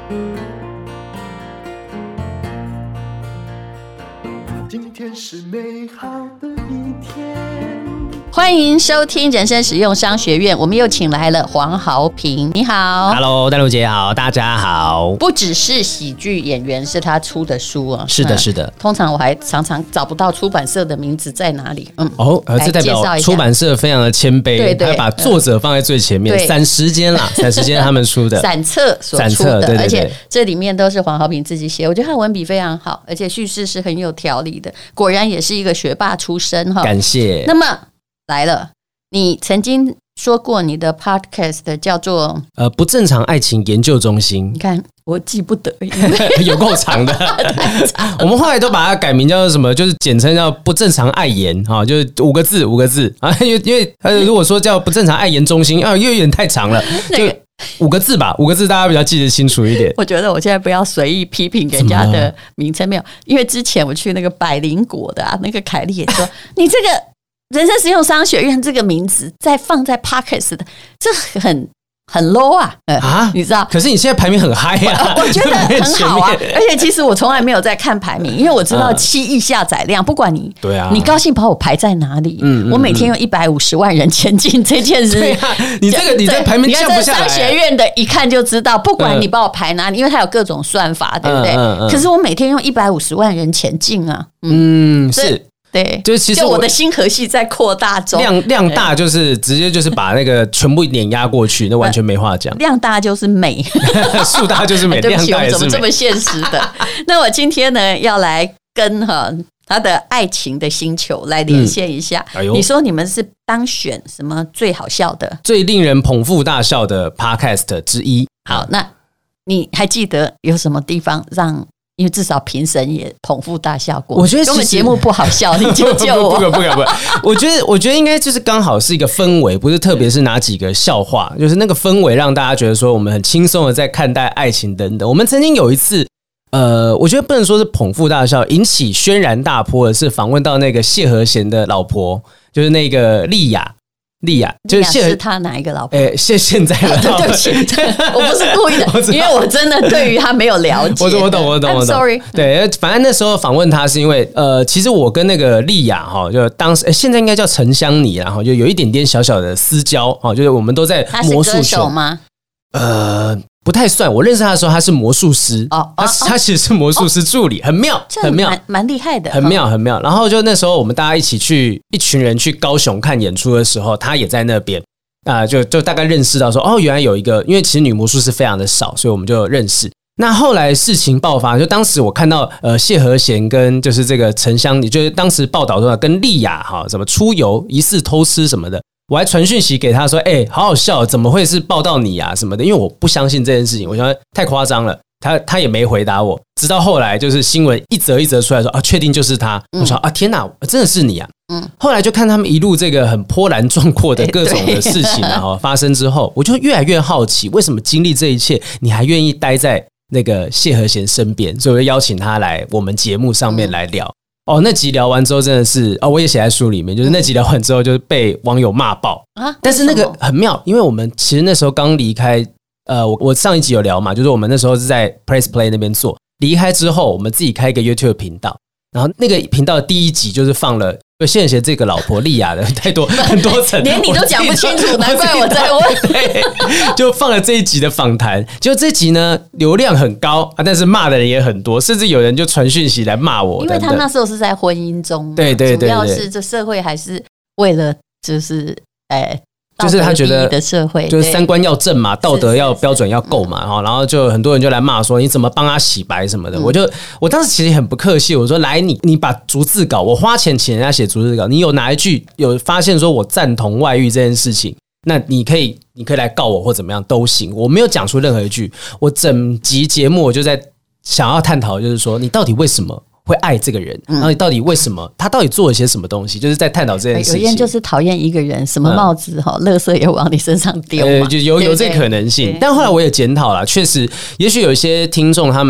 今天是美好的一天。 欢迎收听人生实用商学院，我们又请来了黄豪平，你好。 Hello， 淡如姐好，大家好。 不只是喜剧演员，是他出的书啊。 是的，是的。 通常我还常常找不到出版社的名字在哪里。 这代表出版社非常的谦卑， 对对， 他把作者放在最前面，散时间啦，散时间他们出的散册所出的， 对对对， 而且这里面都是黄豪平自己写，我觉得他文笔非常好，而且叙事是很有条理的，果然也是一个学霸出身哈。 感谢。 那么来了，你曾经说过你的 podcast 叫做不正常爱情研究中心， 你看我记不得， 有够长的。我们后来都把它改名叫做什么，就是简称叫不正常爱研啊，就是5个字啊，因为如果说叫不正常爱研中心啊，又有点太长了，就5个字吧，5个字大家比较记得清楚一点。 我觉得我现在不要随意批评人家的名称，没有，因为之前我去那个百灵果的那个凯莉也说，你这个人生实用商学院这个名字再放在 Podcast 的，这很 low 啊，你知道？ 可是你现在排名很嗨啊， 我觉得很好啊。而且其实我从来没有在看排名，因为我知道7亿下载量，不管你对啊， 你高兴把我排在哪里，我每天用150万人前进这件事。 对啊，你这个你在排名降不下来。 商学院的一看就知道，不管你把我排哪里，因为它有各种算法，对不对？可是我每天用150万人前进啊， 是。 对， 就是其实我的星河系在扩大中， 量大就是直接就是把那个全部碾压过去，那完全没话讲。 量大就是美， 数大就是美， 对不起， 量大也是美。 我怎么这么现实的？那我今天呢，要来跟他的爱情的星球来连线一下。你说你们是当选什么最好笑的、 最令人捧腹大笑的 podcast 之一？ 好，那你还记得有什么地方让？因为至少评审也捧腹大笑过， 我觉得我们节目不好笑，你救救我！ 不，我觉得应该就是刚好是一个氛围，不是特别是哪几个笑话，就是那个氛围让大家觉得说我们很轻松的在看待爱情等等。我们曾经有一次，我觉得不能说是捧腹大笑，引起轩然大波的是访问到那个谢和弦的老婆，就是那个莉亚，就是是他哪一个老婆？ 现在的老婆。 对不起，我不是故意的，因为我真的对于他没有了解。 我懂。I'm sorry。 对，反正那时候访问他是因为其实我跟那个莉亚就当时现在应该叫陈香妮，然后就有一点点小小的私交就是我们都在魔术圈。他是歌手吗？不太算，我认识他的时候他是魔术师，他其实是魔术师助理，很妙，很妙， 蛮厉害的， 很妙。然后就那时候我们大家一群人去高雄看演出的时候，他也在那边就大概认识到说原来有一个，因为其实女魔术师非常的少，所以我们就认识。那后来事情爆发，就当时我看到谢和弦跟就是这个陈香妮，就是当时报道说跟莉亚怎么出游疑似偷吃什么的。我还传讯息给他说好好笑，怎么会是报到你啊什么的，因为我不相信这件事情，我想太夸张了，他也没回答我，直到后来就是新闻一则一则出来说确定就是他，我说天哪，真的是你啊。后来就看他们一路这个很波澜壮阔的各种的事情发生之后，我就越来越好奇，为什么经历这一切你还愿意待在那个谢和弦身边，所以我就邀请他来我们节目上面来聊。那集聊完之后真的是我也写在书里面，就是那集聊完之后就是被网友骂爆但是那个很妙，因为我们其实那时候刚离开我上一集有聊嘛，就是我们那时候是在 Press Play 那边做，离开之后我们自己开一个 YouTube 频道，然后那个频道的第1集就是放了谢和弦这个老婆莉亚的很多层， 连你都讲不清楚，难怪我在问。 对，就放了这一集的访谈，结果这集呢流量很高但是骂的人也很多，甚至有人就传讯息来骂我， 因为他那时候是在婚姻中， 对， 主要是这社会还是为了就是他觉得的社会就是三观要正嘛，道德要标准要够嘛，然后就很多人就来骂说你怎么帮他洗白什么的。我当时其实很不客气，我说来你把逐字稿，我花钱请人家写逐字稿，你有哪一句有发现说我赞同外遇这件事情，那你可以来告我或怎么样都行，我没有讲出任何一句。我整集节目我就在想要探讨，就是说你到底为什么会爱这个人，然后你到底为什么他到底做了些什么东西，就是在探讨这件事情。 有些人就是讨厌一个人，什么帽子垃圾也往你身上丢嘛， 就有这可能性。但后来我也检讨了，确实也许有一些听众他们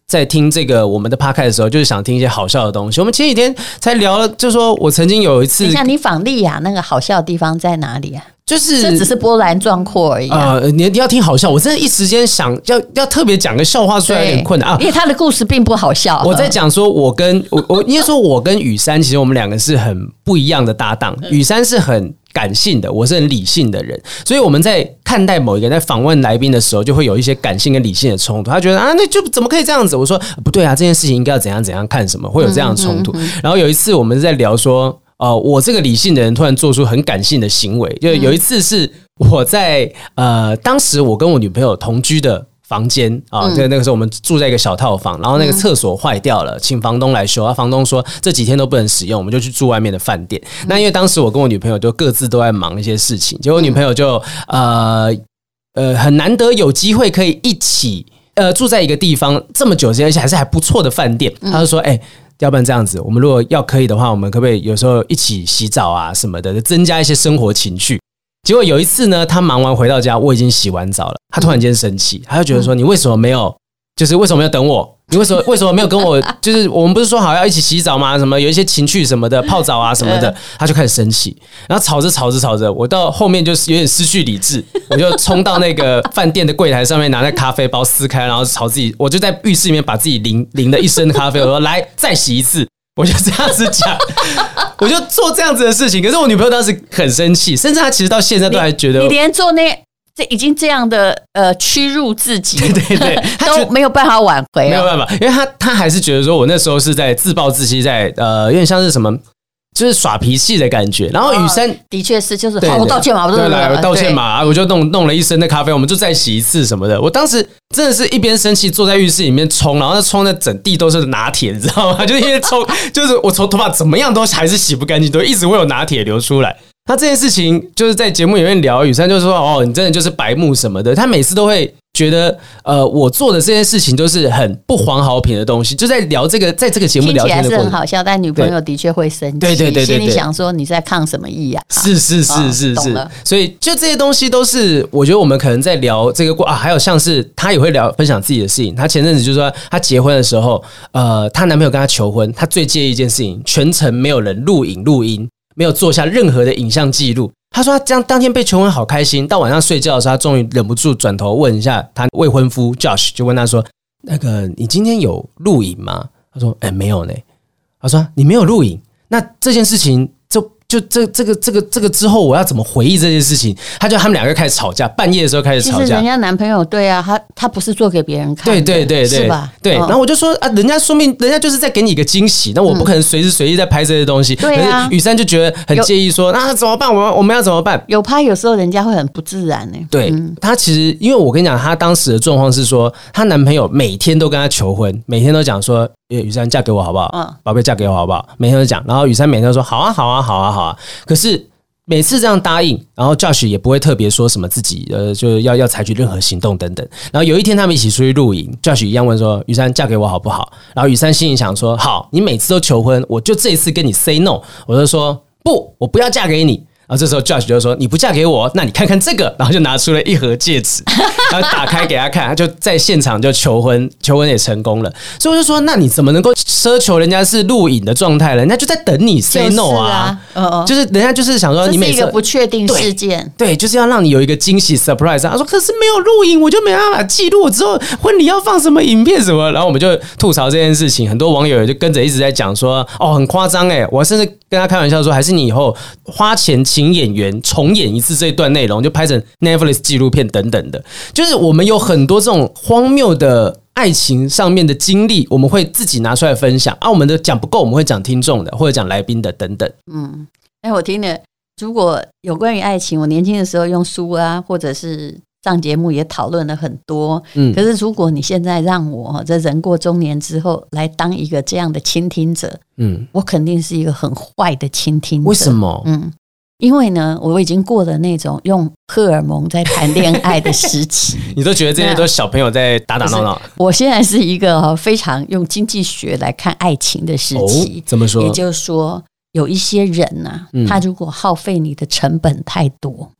在听这个我们的 podcast 的时候，就是想听一些好笑的东西。我们前几天才聊了，就说我曾经有一次， 等一下，你访丽雅那个好笑的地方在哪里啊？ 就是这只是波澜壮阔而已你要听好笑，我真的一时间想要特别讲个笑话出来有点困难啊， 因为他的故事并不好笑。 我在讲说我应该说我跟雨珊，其实我们两个是很不一样的搭档。雨珊是很感性的，我是很理性的人，所以我们在看待某一个人在访问来宾的时候，就会有一些感性跟理性的冲突。他觉得那就怎么可以这样子？我说不对啊，这件事情应该要怎样怎样看什么，会有这样的冲突。然后有一次我们在聊说，我这个理性的人突然做出很感性的行为，就有一次是我在当时我跟我女朋友同居的房间啊，那个时候我们住在一个小套房，然后那个厕所坏掉了，请房东来修。房东说这几天都不能使用，我们就去住外面的饭店。那因为当时我跟我女朋友就各自都在忙一些事情，结果我女朋友就很难得有机会可以一起住在一个地方这么久时间，而且还不错的饭店。他就说要不然这样子，我们如果要可以的话，我们可不可以有时候一起洗澡啊什么的，增加一些生活情趣。结果有一次呢，他忙完回到家，我已经洗完澡了，他突然间生气，他就觉得说你为什么没有，就是为什么要等我？你为什么没有跟我？就是我们不是说好要一起洗澡吗？什么有一些情趣什么的，泡澡啊什么的，他就开始生气，然后吵着，我到后面就是有点失去理智，我就冲到那个饭店的柜台上面，拿那咖啡包撕开，然后吵自己，我就在浴室里面把自己淋了一身的咖啡，我说来再洗一次。我就这样子讲，我就做这样子的事情。可是我女朋友当时很生气，甚至她其实到现在都还觉得你连做这已经这样的屈辱自己， 对， 都没有办法挽回， 没有办法，因为她还是觉得说我那时候是在自暴自弃，在有点像是什么。就是耍脾气的感觉，然后雨珊的确是，就是好，我道歉嘛， 对，来道歉嘛，我就弄了一身的咖啡，我们就再洗一次什么的。我当时真的是一边生气，坐在浴室里面冲，然后那冲的整地都是拿铁，你知道吗？就是因为冲，就是我从头发怎么样都还是洗不干净，都一直会有拿铁流出来。那这件事情就是在节目里面聊，雨珊就说你真的就是白目什么的，他每次都会觉得我做的这件事情都是很不黄好品的东西，就在聊这个，在这个节目聊天的过程， 听起来是很好笑，但女朋友的确会生气， 对， 心里想说你在抗什么议啊？ 是，所以就这些东西都是我觉得我们可能在聊这个还有像是她也会分享自己的事情。她前阵子就说她结婚的时候，她男朋友跟她求婚，她最介意一件事情，全程没有人录音。没有做下任何的影像记录。他说他这样当天被求婚好开心，到晚上睡觉的时候，他终于忍不住转头问一下他未婚夫 Josh， 就问他说：“那个你今天有录影吗？”他说：“没有呢。”他说：“你没有录影，那这件事情就这个之后我要怎么回忆这件事情？”他们两个开始吵架，半夜的时候开始吵架。 其实人家男朋友对啊，他不是做给别人看的， 对， 是吧？ 对，然后我就说人家说明人家就是在给你一个惊喜，那我不可能随时随地在拍这些东西。 对啊， 可是雨珊就觉得很介意说，那怎么办？我们要怎么办？ 有拍有时候人家会很不自然呢。 对，她其实因为我跟你讲，她当时的状况是说，她男朋友每天都跟她求婚，每天都讲说。雨珊嫁给我好不好？宝贝嫁给我好不好？每天都讲，然后雨珊每天都说好啊。可是每次这样答应，然后 Josh 也不会特别说什么自己就要采取任何行动等等。然后有一天他们一起出去露营 ，Josh 一样问说：“雨珊嫁给我好不好？”然后雨珊心里想说：“好，你每次都求婚，我就这一次跟你 say no。”我就说：“不，我不要嫁给你。”然后这时候 Josh 就说：“你不嫁给我，那你看看这个。”然后就拿出了一盒戒指，然后打开给他看，他就在现场就求婚也成功了。所以我就说：“那你怎么能够奢求人家是录影的状态了？人家就在等你 say no 啊！就是人家就是想说你每次这是一个不确定事件， 对，就是要让你有一个惊喜 surprise。”他说：“可是没有录影，我就没办法记录我之后婚礼要放什么影片什么。”然后我们就吐槽这件事情，很多网友就跟着一直在讲说：“很夸张哎！”我甚至跟他开玩笑说：“还是你以后花钱请演员重演一次这一段内容，就拍成 Netflix 纪录片等等的。”就是我们有很多这种荒谬的爱情上面的经历，我们会自己拿出来分享我们的讲不够，我们会讲听众的或者讲来宾的等等。 我听了，如果有关于爱情，我年轻的时候用书啊，或者是上节目也讨论了很多。可是如果你现在让我在人过中年之后来当一个这样的倾听者，我肯定是一个很坏的倾听者。 为什么？ 因为呢，我已经过了那种用荷尔蒙在谈恋爱的时期。 你都觉得这些都是小朋友在打打闹闹？ 我现在是一个非常用经济学来看爱情的时期。 怎么说？ 也就是说，有一些人他如果耗费你的成本太多，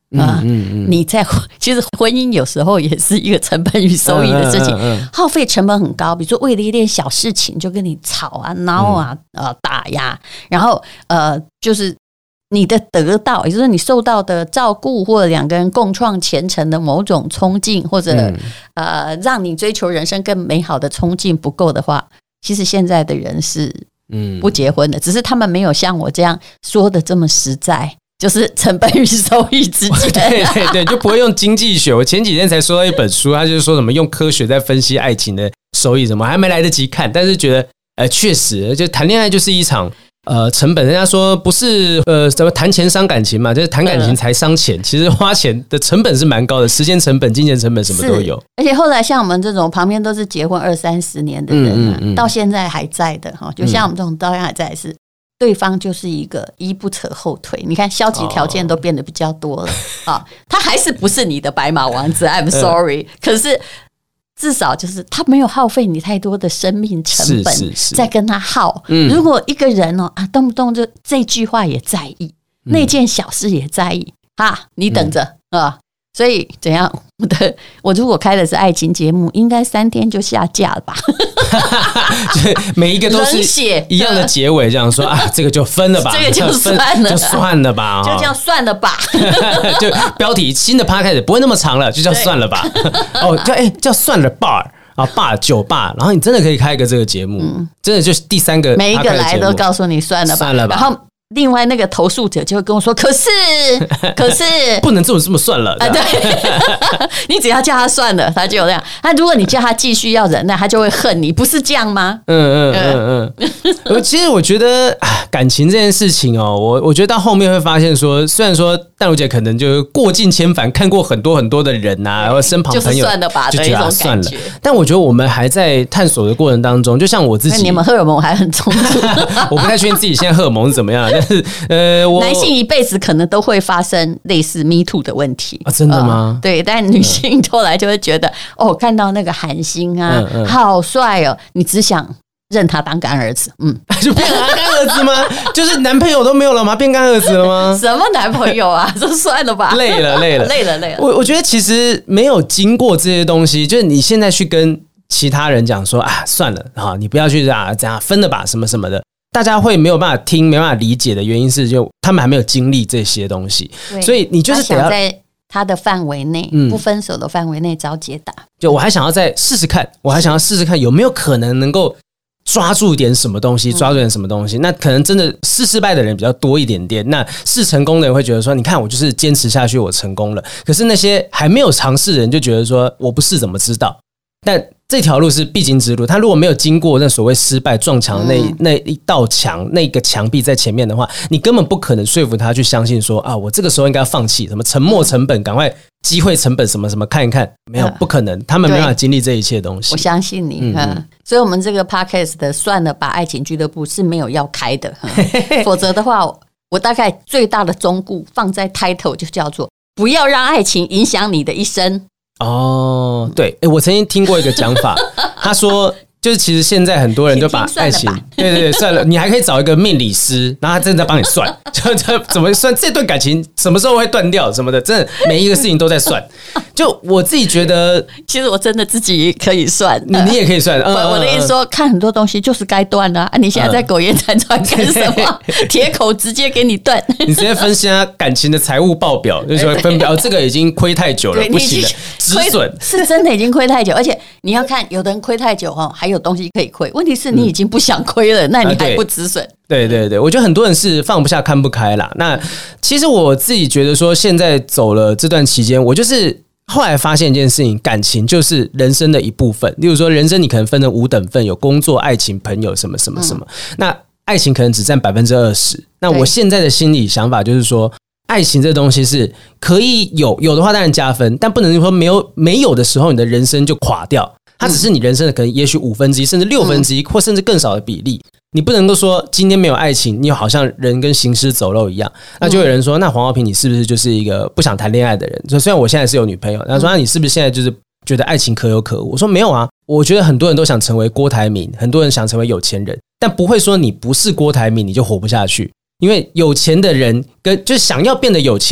你在其实婚姻有时候也是一个成本与收益的事情，耗费成本很高。比如说为了一点小事情就跟你吵啊、闹啊、打呀，然后就是你的得到，也就是你受到的照顾，或者两个人共创前程的某种冲劲，或者让你追求人生更美好的冲劲不够的话，其实现在的人是不结婚的，只是他们没有像我这样说的这么实在。就是成本与收益之间， 对，就不会用经济学。我前几天才收到一本书，他就是说什么用科学在分析爱情的收益，什么还没来得及看，但是觉得确实，就谈恋爱就是一场成本。人家说不是什么谈钱伤感情嘛，就是谈感情才伤钱。其实花钱的成本是蛮高的，时间成本、金钱成本什么都有。 而且后来像我们这种旁边都是结婚20-30年的人到现在还在的哈，就像我们这种到现在还在是。对方就是一个一不扯后腿，你看消极条件都变得比较多了他还是不是你的白马王子 I'm sorry 可是至少就是他没有耗费你太多的生命成本在跟他耗如果一个人动不动就这句话也在意那件小事也在意你等着所以怎样？我如果开的是爱情节目，应该3天就下架了吧？ 每一个都是一样的结尾，这样说这个就分了吧， 这个就算了， 就算了吧， 就叫算了吧。 就标题新的 podcast 不会那么长了，就叫算了吧。叫算了 bar 酒吧，然后你真的可以开一个这个节目，真的就是第3个， 每一个来都告诉你算了吧，然后。另外那个投诉者就会跟我说可是不能这么算了对你只要叫他算了他就有这样如果你叫他继续要忍耐他就会恨你不是这样吗其实我觉得感情这件事情我觉得到后面会发现说虽然说淡如姐可能就过尽千帆看过很多很多的人然后身旁朋友就是算了吧就觉得算了但我觉得我们还在探索的过程当中就像我自己你们荷尔蒙还很充足我不太确定自己现在荷尔蒙是怎么样但是男性一辈子可能都会发生类似 Me Too 的问题真的吗？ 对，但女性后来就会觉得看到那个韩星好帅你只想认他当干儿子就变成干儿子吗？就是男朋友都没有了吗？变干儿子了吗？ 什么男朋友啊？就算了吧， 累了。我觉得其实没有经过这些东西，就是你现在去跟其他人讲说算了你不要去这样分了吧，什么什么的。大家会没有办法听没办法理解的原因是就他们还没有经历这些东西所以你就是得要在他的范围内不分手的范围内找解答就我还想要再试试看有没有可能能够抓住点什么东西那可能真的试失败的人比较多一点点那试成功的人会觉得说你看我就是坚持下去我成功了可是那些还没有尝试的人就觉得说我不试怎么知道但这条路是必经之路他如果没有经过那所谓失败撞墙那一道墙那个墙壁在前面的话你根本不可能说服他去相信说我这个时候应该要放弃什么沉没成本赶快机会成本什么什么看一看没有不可能他们没办法经历这一切东西我相信你所以我们这个 podcast 的算了吧爱情俱乐部是没有要开的否则的话我大概最大的忠告放在 title 就叫做不要让爱情影响你的一生对我曾经听过一个讲法他说就是其实现在很多人就把爱情对算了你还可以找一个命理师然后他真的帮你算就怎么算这段感情什么时候会断掉什么的真的每一个事情都在算就我自己觉得其实我真的自己可以算你也可以算我的意思说看很多东西就是该断你现在在苟延残喘干什么铁口直接给你断你直接分析他感情的财务报表就是说分表这个已经亏太久了不行了止损是真的已经亏太久而且你要看有的人亏太久还有东西可以亏问题是你已经不想亏了那你还不止损对我觉得很多人是放不下看不开啦那其实我自己觉得说现在走了这段期间我就是后来发现一件事情感情就是人生的一部分例如说人生你可能分成5等份有工作爱情朋友什么什么什么那爱情可能只占 20% 那我现在的心理想法就是说爱情这东西是可以有的话当然加分但不能说没有的时候你的人生就垮掉它只是你人生的可能也许1/5甚至1/6或甚至更少的比例你不能够说今天没有爱情你好像人跟行尸走肉一样那就有人说那黄豪平你是不是就是一个不想谈恋爱的人虽然我现在是有女朋友他说那你是不是现在就是觉得爱情可有可无我说没有啊我觉得很多人都想成为郭台铭很多人想成为有钱人但不会说你不是郭台铭你就活不下去因为有钱的人跟就是想要变得有钱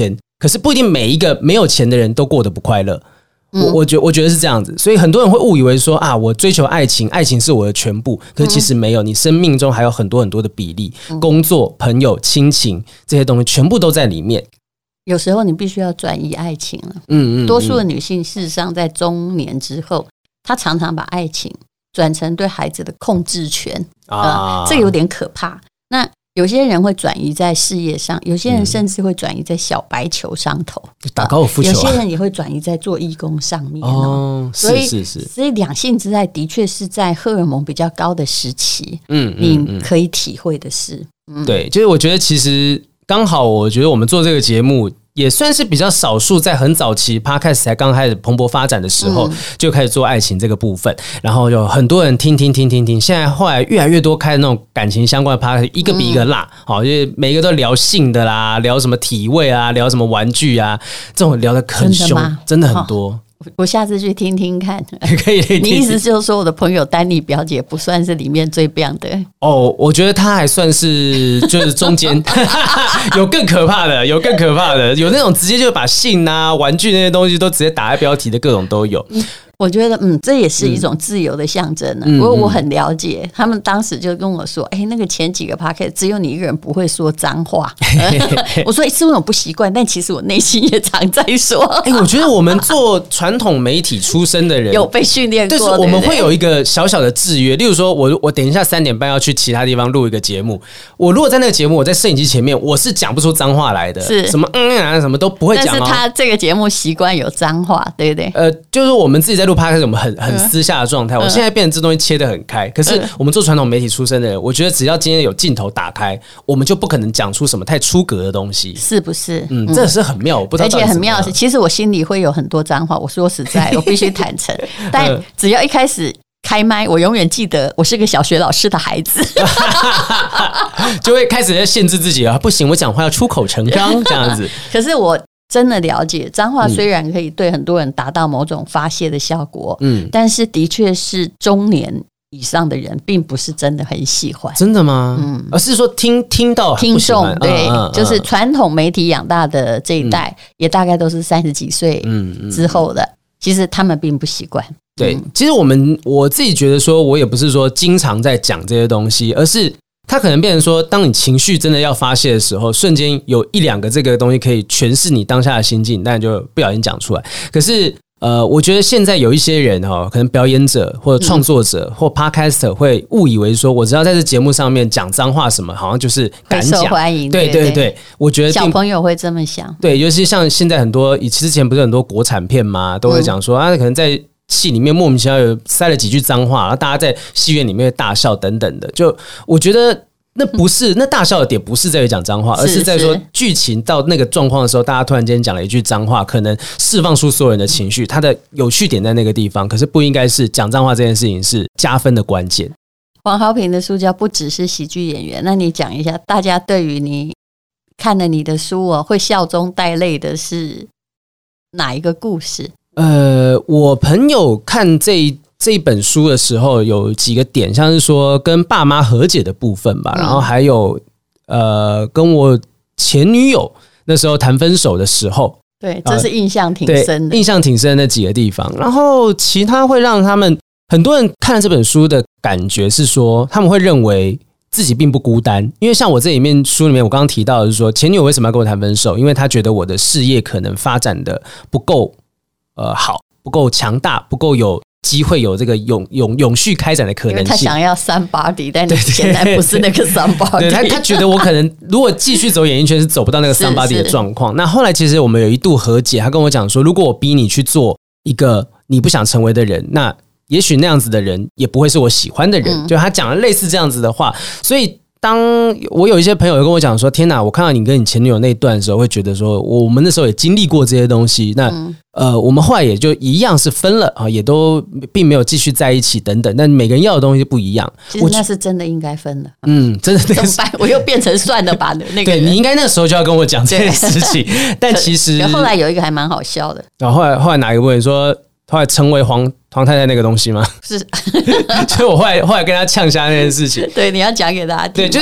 可是不一定每一个没有钱的人都过得不快乐。我觉得是这样子，所以很多人会误以为说啊，我追求爱情，爱情是我的全部，可是其实没有，你生命中还有很多很多的比例，工作、朋友、亲情这些东西全部都在里面。 有时候你必须要转移爱情了。多数的女性事实上在中年之后，她常常把爱情转成对孩子的控制权这有点可怕。那有些人会转移在事业上，有些人甚至会转移在小白球上头， 打高尔夫球， 有些人也会转移在做义工上面所以两性之爱的确是在荷尔蒙比较高的时期，你可以体会的事。 对，就是我觉得其实刚好，我觉得我们做这个节目也算是比较少数，在很早期 Podcast 才刚开始蓬勃发展的时候，就开始做爱情这个部分，然后有很多人听，现在后来越来越多开的那种感情相关的 Podcast， 一个比一个辣，就是每一个都聊性的啦，聊什么体位啊，聊什么玩具啊，这种聊得很凶，真的很多。 我下次去听听看。 可以听听。 你意思就是说我的朋友丹妮表姐不算是里面最棒的？ 我觉得她还算是就是中间有更可怕的，有那种直接就把性啊玩具那些东西都直接打在标题的各种都有。 我觉得这也是一种自由的象征呢。我很了解，他们当时就跟我说，那个前几个 podcast 只有你一个人不会说脏话。我说是我不习惯，但其实我内心也常在说。 我觉得我们做传统媒体出身的人有被训练过， 就是我们会有一个小小的制约。例如说我等一下3点半要去其他地方录一个节目，我如果在那个节目我在摄影机前面，我是讲不出脏话来的，是什么什么都不会讲。 但是他这个节目习惯有脏话，对不对？ 就是我们自己在录 podcast 我们很私下的状态，我现在变成这东西切得很开。可是我们做传统媒体出身的人，我觉得只要今天有镜头打开，我们就不可能讲出什么太出格的东西， 是不是？ 这是很妙，我不知道。 而且很妙的是，其实我心里会有很多脏话，我说实在，我必须坦诚。但只要一开始开麦，我永远记得我是个小学老师的孩子， 就会开始在限制自己啊，不行，我讲话要出口成章这样子。 可是我真的了解，脏话虽然可以对很多人达到某种发泄的效果，但是的确是中年以上的人并不是真的很喜欢。 真的吗？而是说听到听众对，就是传统媒体养大的这一代，也大概都是30几岁之后的，其实他们并不习惯。 对，其实我自己觉得说，我也不是说经常在讲这些东西，而是它可能变成说，当你情绪真的要发泄的时候，瞬间有1-2个这个东西可以诠释你当下的心境，但就不小心讲出来。可是我觉得现在有一些人可能表演者或者创作者或 podcaster 会误以为说，我只要在这节目上面讲脏话什么，好像就是敢讲， 受欢迎。 对，我觉得小朋友会这么想。 对，尤其像现在很多之前不是很多国产片嘛，都会讲说可能在戏里面莫名其妙有塞了几句脏话，然后大家在戏院里面大笑等等的。就我觉得那大笑的点不是在于讲脏话，而是在说剧情到那个状况的时候，大家突然间讲了一句脏话，可能释放出所有人的情绪，它的有趣点在那个地方。可是不应该是讲脏话这件事情是加分的关键。 黄豪平的书叫不只是喜剧演员，那你讲一下，大家对于你看了你的书会笑中带泪的是哪一个故事？ 我朋友看这一本书的时候，有几个点，像是说跟爸妈和解的部分吧，然后还有跟我前女友那时候谈分手的时候， 对，这是印象挺深的， 印象挺深的几个地方。然后其他会让他们很多人看了这本书的感觉是说，他们会认为自己并不孤单，因为像我这里面书里面我刚刚提到的是说，前女友为什么要跟我谈分手，因为她觉得我的事业可能发展的不够好，不够强大，不够有机会有这个永续开展的可能性。因为他想要somebody，但你现在不是那个 somebody。 对，他觉得我可能如果继续走演艺圈是走不到那个 somebody 的状况。那后来其实我们有一度和解，他跟我讲说，如果我逼你去做一个你不想成为的人，那也许那样子的人也不会是我喜欢的人。就他讲了类似这样子的话，所以当我有一些朋友跟我讲说，天哪，我看到你跟你前女友那一段的时候，会觉得说我们那时候也经历过这些东西，那我们后来也就一样是分了也都并没有继续在一起等等，但每个人要的东西不一样。 其实那是真的应该分了， 真的怎么办？我又变成算了吧的那个人。 对，你应该那时候就要跟我讲这件事情，但其实后来有一个还蛮好笑的。 然后后来哪一个问说？后来成为黄太太那个东西吗？ 是， 所以我后来跟他呛下那件事情。 对，你要讲给大家听。 对，就是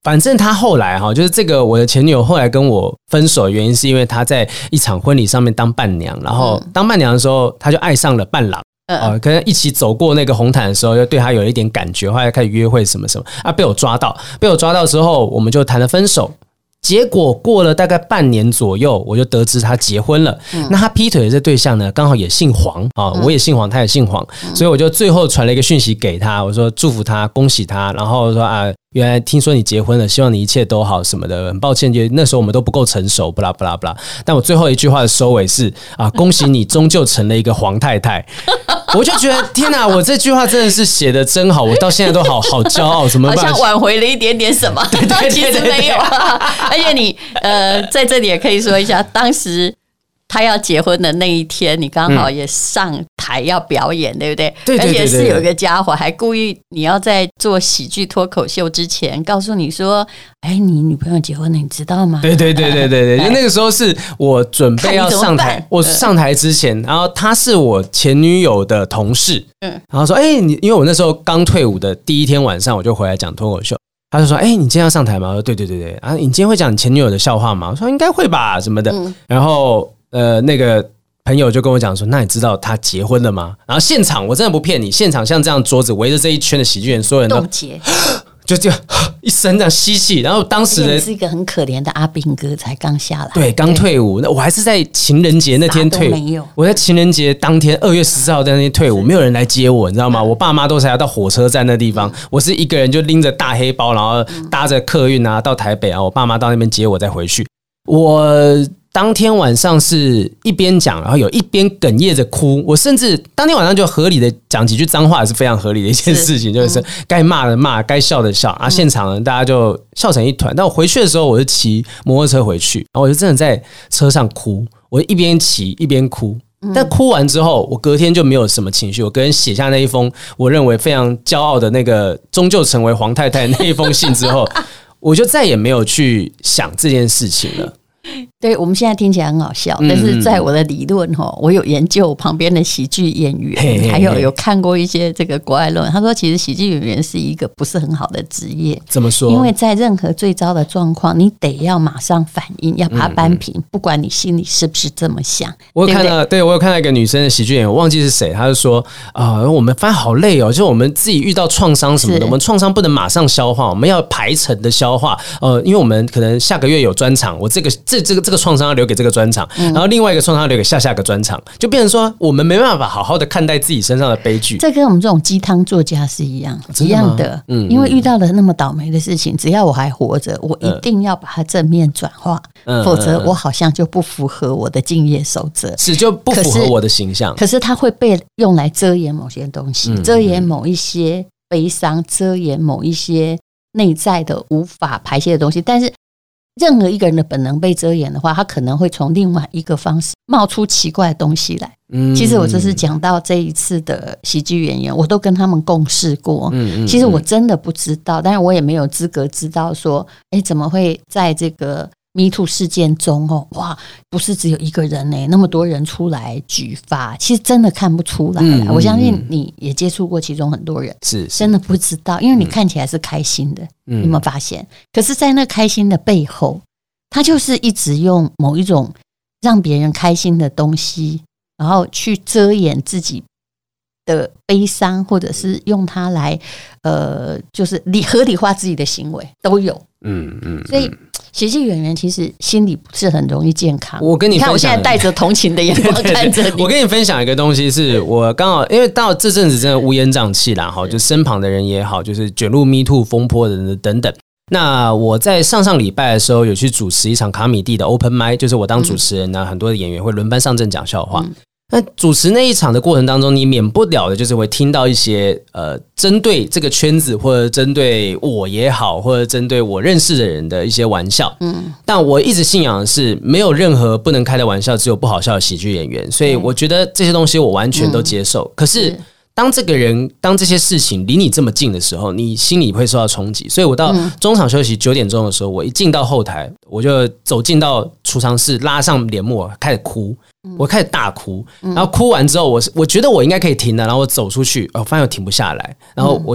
反正他后来哈，就是这个我的前女友后来跟我分手的原因，是因为她在一场婚礼上面当伴娘，然后当伴娘的时候，她就爱上了伴郎。可能一起走过那个红毯的时候，就对他有一点感觉，后来开始约会什么什么啊，被我抓到之后，我们就谈了分手。结果过了大概半年左右，我就得知他结婚了。那他劈腿的这对象呢，刚好也姓黄啊，我也姓黄，他也姓黄，所以我就最后传了一个讯息给他，我说祝福他，恭喜他，然后说啊，原来听说你结婚了，希望你一切都好什么的，很抱歉，那时候我们都不够成熟，不啦不啦不啦。但我最后一句话的收尾是啊，恭喜你终究成了一个黄太太。我就觉得天哪，我这句话真的是写得真好，我到现在都好骄傲，怎么办？ 好像挽回了一点点什么， 对其实没有啊。而且你在这里也可以说一下，当时他要结婚的那一天，你刚好也上台要表演，对不对？ 对， 而且是有一个家伙还故意你要在做喜剧脱口秀之前告诉你说，哎，你女朋友结婚了，你知道吗？ 对，就那个时候是我准备要上台，我上台之前，然后他是我前女友的同事，然后说，哎，你因为我那时候刚退伍的第一天晚上，我就回来讲脱口秀。他就说：“哎，你今天要上台吗？”我说：“对啊，你今天会讲你前女友的笑话吗？”我说：“应该会吧，什么的。”然后那个朋友就跟我讲说：“那你知道他结婚了吗？”然后现场我真的不骗你，现场像这样桌子围着这一圈的喜剧人，所有人都就这样一声这样吸气，然后当时的是一个很可怜的阿兵哥，才刚下来， 对，刚退伍，我还是在情人节那天退伍，我在情人节当天2月14号那天退伍，没有人来接我，你知道吗？我爸妈都才要到火车站那地方，我是一个人就拎着大黑包，然后搭着客运啊到台北啊，我爸妈到那边接我再回去。我当天晚上是一边讲，然后有一边哽咽着哭。我甚至当天晚上就合理的讲几句脏话，也是非常合理的一件事情，就是该骂的骂，该笑的笑啊。现场大家就笑成一团。但我回去的时候，我是骑摩托车回去，然后我就真的在车上哭，我一边骑一边哭。但哭完之后，我隔天就没有什么情绪。我隔天写下那一封我认为非常骄傲的那个终究成为黄太太那一封信之后，我就再也没有去想这件事情了。 对，我们现在听起来很好笑，但是在我的理论我有研究旁边的喜剧演员，还有看过一些这个国外论文。他说，其实喜剧演员是一个不是很好的职业。 怎么说？ 因为在任何最糟的状况，你得要马上反应，要把它扳平，不管你心里是不是这么想。 我有看到，对，我有看到一个女生的喜剧演员，我忘记是谁，她就说我们发现好累哦，就是我们自己遇到创伤什么的，我们创伤不能马上消化，我们要排程的消化。因为我们可能下个月有专场，我这个创伤要留给这个专场，然后另外一个创伤要留给下个专场，就变成说我们没办法好好的看待自己身上的悲剧。 这跟我们这种鸡汤作家是一样的，因为遇到了那么倒霉的事情，只要我还活着，我一定要把它正面转化，否则我好像就不符合我的敬业守则， 是就不符合我的形象。 可是它会被用来遮掩某些东西，遮掩某一些悲伤，遮掩某一些内在的无法排泄的东西，但是任何一个人的本能被遮掩的话，他可能会从另外一个方式冒出奇怪的东西来。其实我这是讲到这一次的喜剧演员，我都跟他们共事过。其实我真的不知道，但是我也没有资格知道说，怎么会在这个Me Too 事件中哇，不是只有一个人那么多人出来举发，其实真的看不出来我相信你也接触过其中很多人，是真的不知道，因为你看起来是开心的，你有没有发现？可是在那开心的背后，他就是一直用某一种让别人开心的东西，然后去遮掩自己的悲伤，或者是用它来就是合理化自己的行为都有。所以喜剧演员其实心理不是很容易健康。 我跟你分享， 看我现在带着同情的眼光看着你。 我跟你分享一个东西，是我刚好因为到这阵子真的乌烟瘴气啦，就身旁的人也好，就是卷入 Me Too 风波的人等等。那我在上礼拜的时候有去主持一场卡米蒂的 Open Mic， 就是我当主持人呢，很多的演员会轮班上阵讲笑话。那主持那一场的过程当中，你免不了的就是会听到一些针对这个圈子或者针对我也好，或者针对我认识的人的一些玩笑。但我一直信仰的是没有任何不能开的玩笑，只有不好笑的喜剧演员。所以我觉得这些东西我完全都接受。可是当这些事情离你这么近的时候，你心里会受到冲击。所以我到中场休息9点钟的时候，我一进到后台，我就走进到储藏室，拉上帘幕，开始哭。我开始大哭，然后哭完之后，我觉得我应该可以停了，然后我走出去，发现我停不下来，然后我就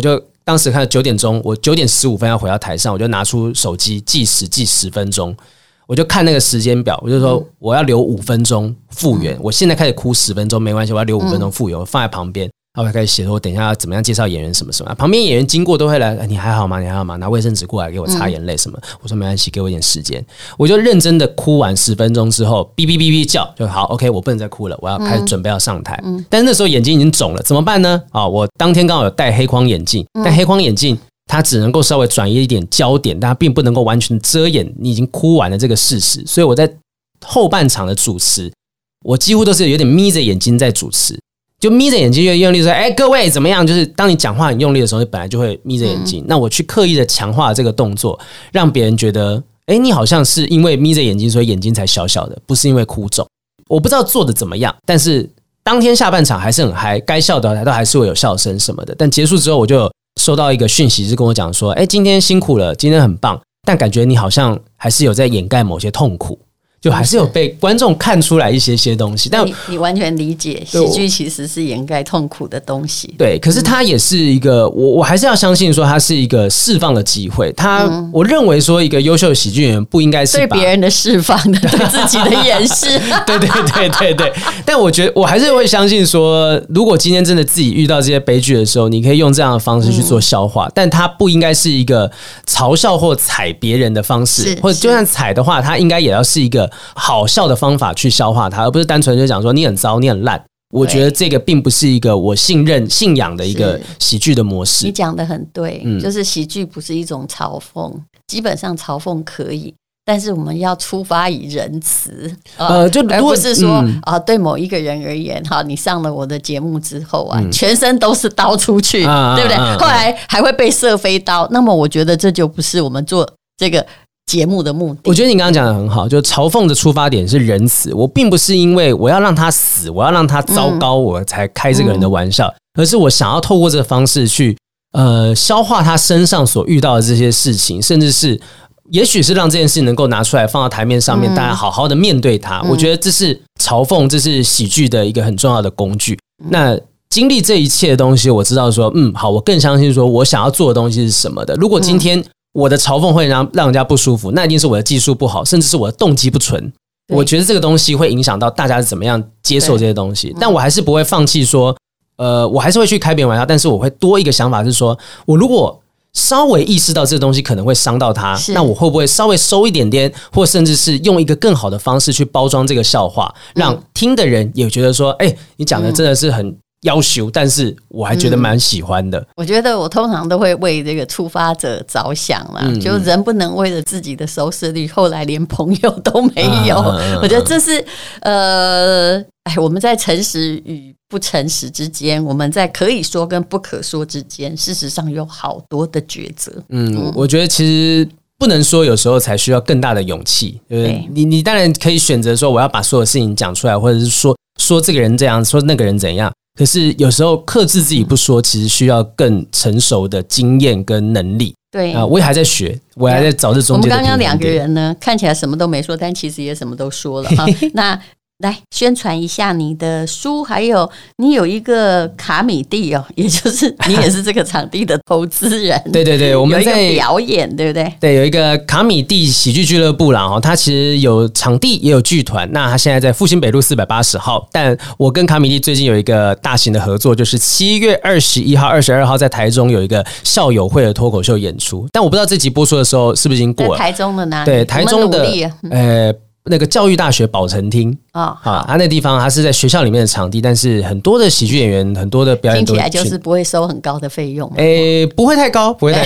当时看9点钟，我9点15分要回到台上，我就拿出手机计时计10分钟，我就看那个时间表，我就说我要留5分钟复原。我现在开始哭10分钟没关系，我要留5分钟复原，我放在旁边。然后我开始写说，我等一下要怎么样介绍演员什么什么。旁边演员经过都会来，你还好吗？你还好吗？拿卫生纸过来给我擦眼泪什么。我说没关系，给我一点时间。我就认真的哭完10分钟之后，哔哔哔哔叫就好 ，OK， 我不能再哭了，我要开始准备要上台。但是那时候眼睛已经肿了，怎么办呢？我当天刚好有戴黑框眼镜，但黑框眼镜它只能够稍微转移一点焦点，但它并不能够完全遮掩你已经哭完了这个事实。所以我在后半场的主持，我几乎都是有点眯着眼睛在主持。就眯着眼睛越用力说，各位怎么样？就是当你讲话很用力的时候，你本来就会眯着眼睛。那我去刻意的强化这个动作，让别人觉得，你好像是因为眯着眼睛，所以眼睛才小小的，不是因为哭肿。我不知道做的怎么样，但是当天下半场还是很嗨，该笑的都还是会有笑声什么的。但结束之后，我就有收到一个讯息，是跟我讲说，今天辛苦了，今天很棒，但感觉你好像还是有在掩盖某些痛苦。就还是有被观众看出来一些东西，但你完全理解，喜剧其实是掩盖痛苦的东西。 对，可是它也是一个，我还是要相信说它是一个释放的机会。我认为说一个优秀的喜剧演员不应该是对别人的释放的，对自己的掩饰。 对。但我觉得我还是会相信说，如果今天真的自己遇到这些悲剧的时候，你可以用这样的方式去做笑话，但它不应该是一个嘲笑或踩别人的方式，或者就算踩的话，它应该也要是一个好笑的方法去消化它，而不是单纯就讲说你很糟你很烂。我觉得这个并不是一个我信仰的一个喜剧的模式。 你讲得很对，就是喜剧不是一种嘲讽，基本上嘲讽可以，但是我们要出发以仁慈，就而不是说对某一个人而言，你上了我的节目之后全身都是刀出去，对不对？后来还会被射飞刀，那么我觉得这就不是我们做这个节目的目的。 我觉得你刚刚讲的很好，就嘲讽的出发点是仁慈。我并不是因为我要让他死，我要让他糟糕，我才开这个人的玩笑，而是我想要透过这个方式去消化他身上所遇到的这些事情，甚至是也许是让这件事能够拿出来放到台面上面，大家好好的面对它。我觉得这是嘲讽，这是喜剧的一个很重要的工具。那经历这一切的东西，我知道说，好，我更相信说我想要做的东西是什么的。如果今天我的嘲讽会让人家不舒服，那一定是我的技术不好，甚至是我的动机不纯。我觉得这个东西会影响到大家是怎么样接受这些东西，但我还是不会放弃说，我还是会去开别人玩笑，但是我会多一个想法是说，我如果稍微意识到这个东西可能会伤到他，那我会不会稍微收一点点，或甚至是用一个更好的方式去包装这个笑话，让听的人也觉得说，你讲的真的是很要求，但是我还觉得蛮喜欢的。 我觉得我通常都会为这个出发者着想啦，就人不能为了自己的收视率，后来连朋友都没有。我觉得这是我们在诚实与不诚实之间，我们在可以说跟不可说之间，事实上有好多的抉择。 我觉得其实不能说，有时候才需要更大的勇气。你当然可以选择说我要把所有事情讲出来，或者是说这个人这样，说那个人怎样。可是有时候克制自己不说，其实需要更成熟的经验跟能力。对我也还在学，我还在找这中间的平衡点。 我们刚刚两个人呢，看起来什么都没说，但其实也什么都说了。那来宣传一下你的书，还有你有一个卡米蒂也就是你也是这个场地的投资人。 对，我们在有一个表演，对不对？ 对，有一个卡米蒂喜剧俱乐部啦，它其实有场地也有剧团。那它现在在复兴北路480号，但我跟卡米蒂最近有一个大型的合作，就是7月21号、22号在台中有一个校友会的脱口秀演出。但我不知道这集播出的时候是不是已经过了？ 在台中的哪里？ 对，台中的那个教育大学宝成厅他那地方他是在学校里面的场地，但是很多的喜剧演员，很多的表演都听起来就是不会收很高的费用。 不会太高，对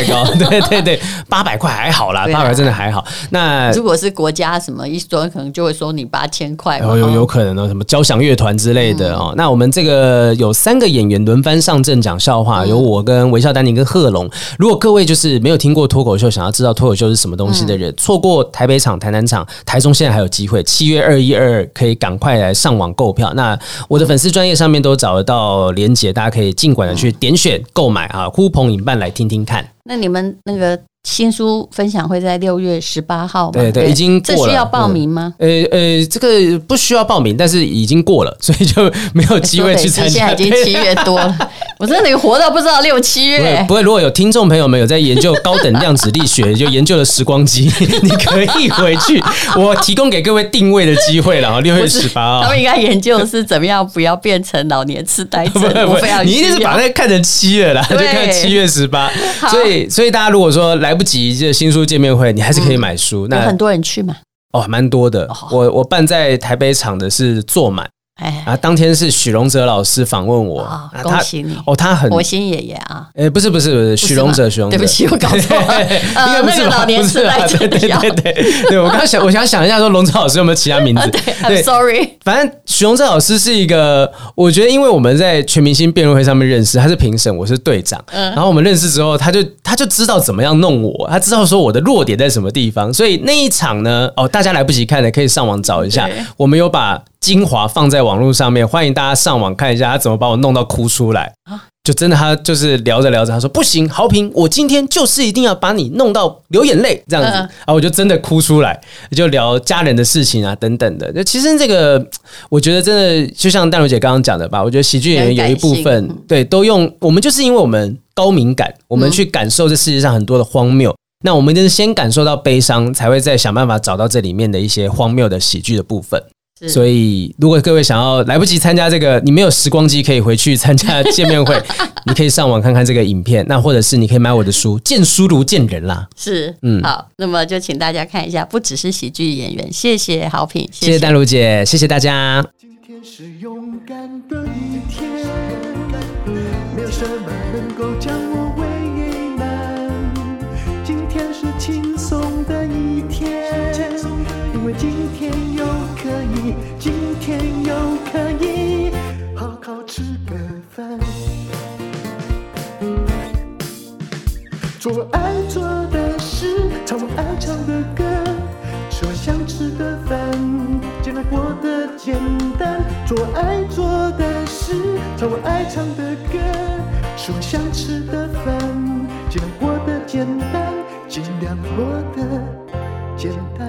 ，800块还好啦，800真的还好。那如果是国家什么一说，可能就会收你8000块， 有可能什么交响乐团之类的那我们这个有3个演员轮番上阵讲笑话，有我跟微笑丹尼跟贺龙。如果各位就是没有听过脱口秀，想要知道脱口秀是什么东西的人，错过台北场、台南场、台中现在还有机会，7月212可以赶快来上网购票。那我的粉丝专页上面都找得到连结，大家可以尽管的去点选购买呼朋引伴来听听看。 那你们那个新书分享会在6月18号吗？对，已经过了。 这需要报名吗？ 这个不需要报名，但是已经过了，所以就没有机会去参加。 现在已经7月多了， 我真的活到不知道6、7月。 不会，如果有听众朋友们有在研究高等量子力学，就研究了时光机，你可以回去，我提供给各位定位的机会了。6月18号， 他们应该研究的是怎么样不要变成老年痴呆症。我非常你一定是把那个看成7月啦，就看7月18。所以大家如果说来不及这新书见面会，你还是可以买书。那有很多人去嘛？ 哦，蛮多的。我办在台北场的是坐满。啊！当天是许荣哲老师访问我， 恭喜你哦！他很火星爷爷啊， 不是许荣哲， 对不起，我搞错了，应该不是老年痴呆症。 对，我刚想一下说龙哲老师有没有其他名字？ 对 ，sorry， 反正许荣哲老师是一个，我觉得因为我们在全明星辩论会上面认识，他是评审，我是队长，然后我们认识之后，他就知道怎么样弄我，他知道说我的弱点在什么地方，所以那一场呢，大家来不及看的可以上网找一下，我们有把精华放在网络上面，欢迎大家上网看一下他怎么把我弄到哭出来。就真的他就是聊着聊着，他说不行，豪平，我今天就是一定要把你弄到流眼泪这样子，然后我就真的哭出来，就聊家人的事情啊等等的。其实这个我觉得真的就像淡如姐刚刚讲的吧，我觉得喜剧演员有一部分对都用我们，就是因为我们高敏感，我们去感受这世界上很多的荒谬。那我们一定是先感受到悲伤，才会再想办法找到这里面的一些荒谬的喜剧的部分。所以如果各位想要来不及参加这个，你没有时光机可以回去参加见面会，你可以上网看看这个影片，那或者是你可以买我的书，见书如见人啦。 是，好，那么就请大家看一下，不只是喜剧演员，谢谢豪平， 谢谢淡如姐，谢谢大家。 今天是勇敢的一天，没有什么能够将我为难。今天是轻松的一天，因为今天又可以，今天又可以好好吃个饭，做我爱做的事，唱我爱唱的歌，吃我想吃的饭，尽量过得简单。做我爱做的事，唱我爱唱的歌，吃我想吃的饭，尽量过得简单，尽量过得简单。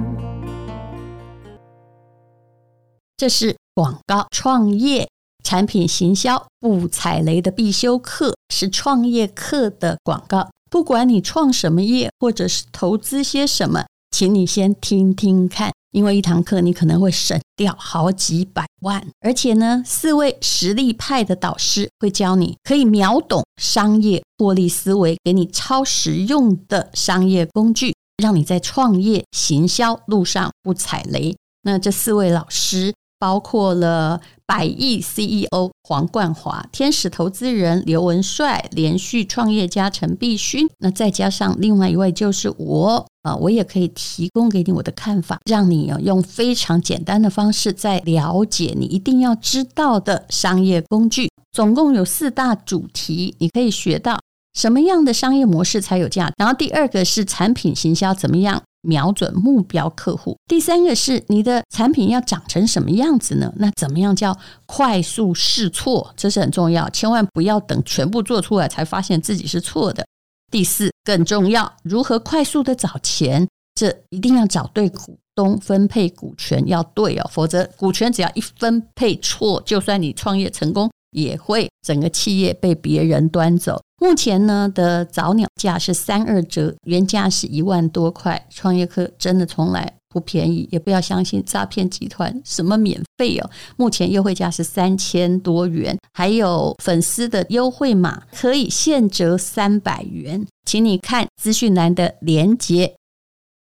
这是广告创业产品行销不踩雷的必修课，是创业课的广告。不管你创什么业，或者是投资些什么，请你先听听看，因为一堂课你可能会省掉好几百万。而且呢，4位实力派的导师会教你可以秒懂商业获利思维，给你超实用的商业工具，让你在创业行销路上不踩雷。那这4位老师包括了100亿 CEO 黄冠华、天使投资人刘文帅、连续创业家陈必勋，那再加上另外一位就是我也可以提供给你我的看法，让你用非常简单的方式在了解你一定要知道的商业工具。总共有4大主题，你可以学到什么样的商业模式才有价值，然后第2个是产品行销怎么样瞄准目标客户，第3个是你的产品要长成什么样子呢？那怎么样叫快速试错，这是很重要，千万不要等全部做出来才发现自己是错的。第4更重要，如何快速的找钱，这一定要找对股东，分配股权要对否则股权只要一分配错，就算你创业成功也会整个企业被别人端走。目前呢的早鸟价是32折，原价是1万多块。创业课真的从来不便宜，也不要相信诈骗集团什么免费目前优惠价是3000多元，还有粉丝的优惠码可以现折300元，请你看资讯栏的连结，